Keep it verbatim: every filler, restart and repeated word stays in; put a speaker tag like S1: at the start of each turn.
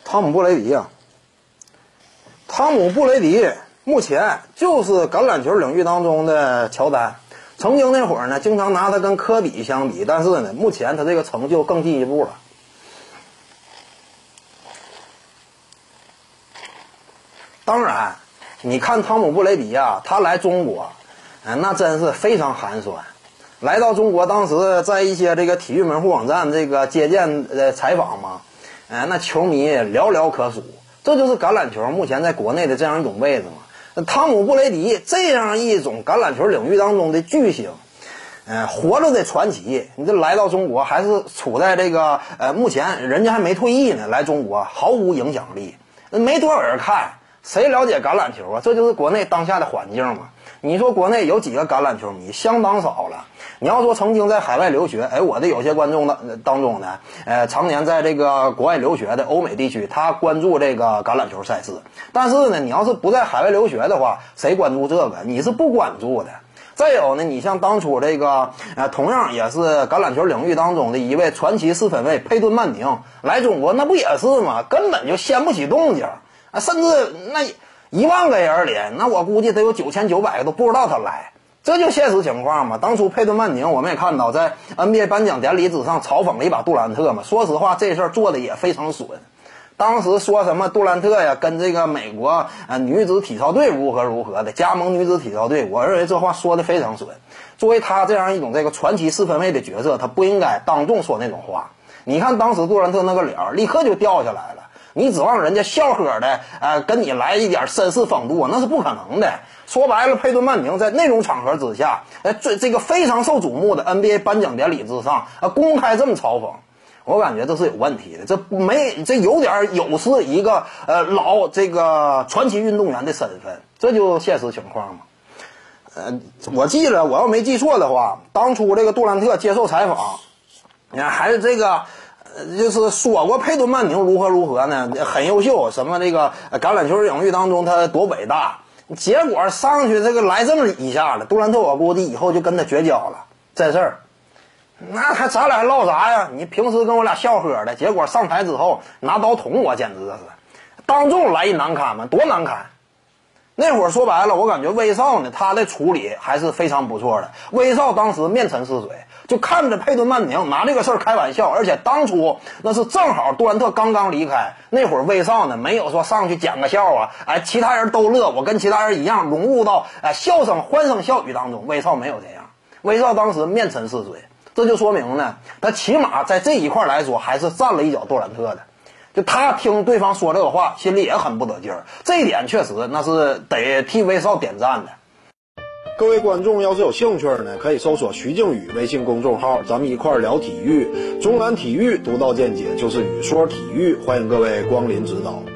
S1: 汤姆·布雷迪啊，汤姆·布雷迪目前就是橄榄球领域当中的乔丹。曾经那会儿呢，经常拿他跟科比相比，但是呢，目前他这个成就更进一步了。当然，你看汤姆·布雷迪啊，他来中国，哎，那真是非常寒酸。来到中国，当时在一些这个体育门户网站这个接见呃采访嘛，哎，那球迷寥寥可数。这就是橄榄球目前在国内的这样一种位置嘛。汤姆·布雷迪这样一种橄榄球领域当中的巨星，呃，活着的传奇，你这来到中国还是处在这个呃，目前人家还没退役呢，来中国毫无影响力，没多少人看。谁了解橄榄球啊？这就是国内当下的环境嘛。你说国内有几个橄榄球迷？相当少了。你要说曾经在海外留学，哎，我的有些观众的当中呢，呃，常年在这个国外留学的欧美地区，他关注这个橄榄球赛事。但是呢，你要是不在海外留学的话，谁关注这个？你是不关注的。再有呢，你像当初这个呃，同样也是橄榄球领域当中的一位传奇四分卫佩顿·曼宁来中国，那不也是吗？根本就掀不起动静。啊，甚至那一万个人里，那我估计得有九千九百个都不知道他来，这就现实情况嘛。当初佩顿·曼宁，我们也看到在 N B A 颁奖典礼之上嘲讽了一把杜兰特嘛。说实话，这事儿做的也非常损。当时说什么杜兰特呀，跟这个美国呃女子体操队如何如何的加盟女子体操队，我认为这话说的非常损。作为他这样一种这个传奇四分卫的角色，他不应该当众说那种话。你看当时杜兰特那个脸儿立刻就掉下来了。你指望人家笑呵的，呃，跟你来一点绅士风度，那是不可能的。说白了，佩顿·曼宁在那种场合之下，在这这个非常受瞩目的 N B A 颁奖典礼之上，啊，公开这么嘲讽，我感觉这是有问题的。这没，这有点有失一个呃老这个传奇运动员的身份，这就现实情况嘛。呃，我记得我要没记错的话，当初这个杜兰特接受采访，你看还是这个。就是说过佩顿·曼宁如何如何呢？很优秀，什么这个橄榄球领域当中他多伟大。结果上去这个来这么一下了，杜兰特我估计以后就跟他绝交了。这事儿，那还咱俩还唠啥呀？你平时跟我俩笑呵的，结果上台之后拿刀捅我，简直这是当众来一难堪嘛，多难堪！那会儿说白了，我感觉威少呢，他的处理还是非常不错的。威少当时面沉似水。就看着佩顿·曼宁拿这个事儿开玩笑，而且当初那是正好杜兰特刚刚离开，那会儿威少呢没有说上去讲个笑啊，哎，其他人都乐，我跟其他人一样融入到哎笑声欢声笑语当中。威少没有这样，威少当时面沉似水，这就说明呢，他起码在这一块来说还是占了一脚杜兰特的。就他听对方说这个话，心里也很不得劲儿，这一点确实那是得替威少点赞的。各位观众要是有兴趣呢，可以搜索徐静宇微信公众号，咱们一块聊体育。中南体育独到见解就是语说体育，欢迎各位光临指导。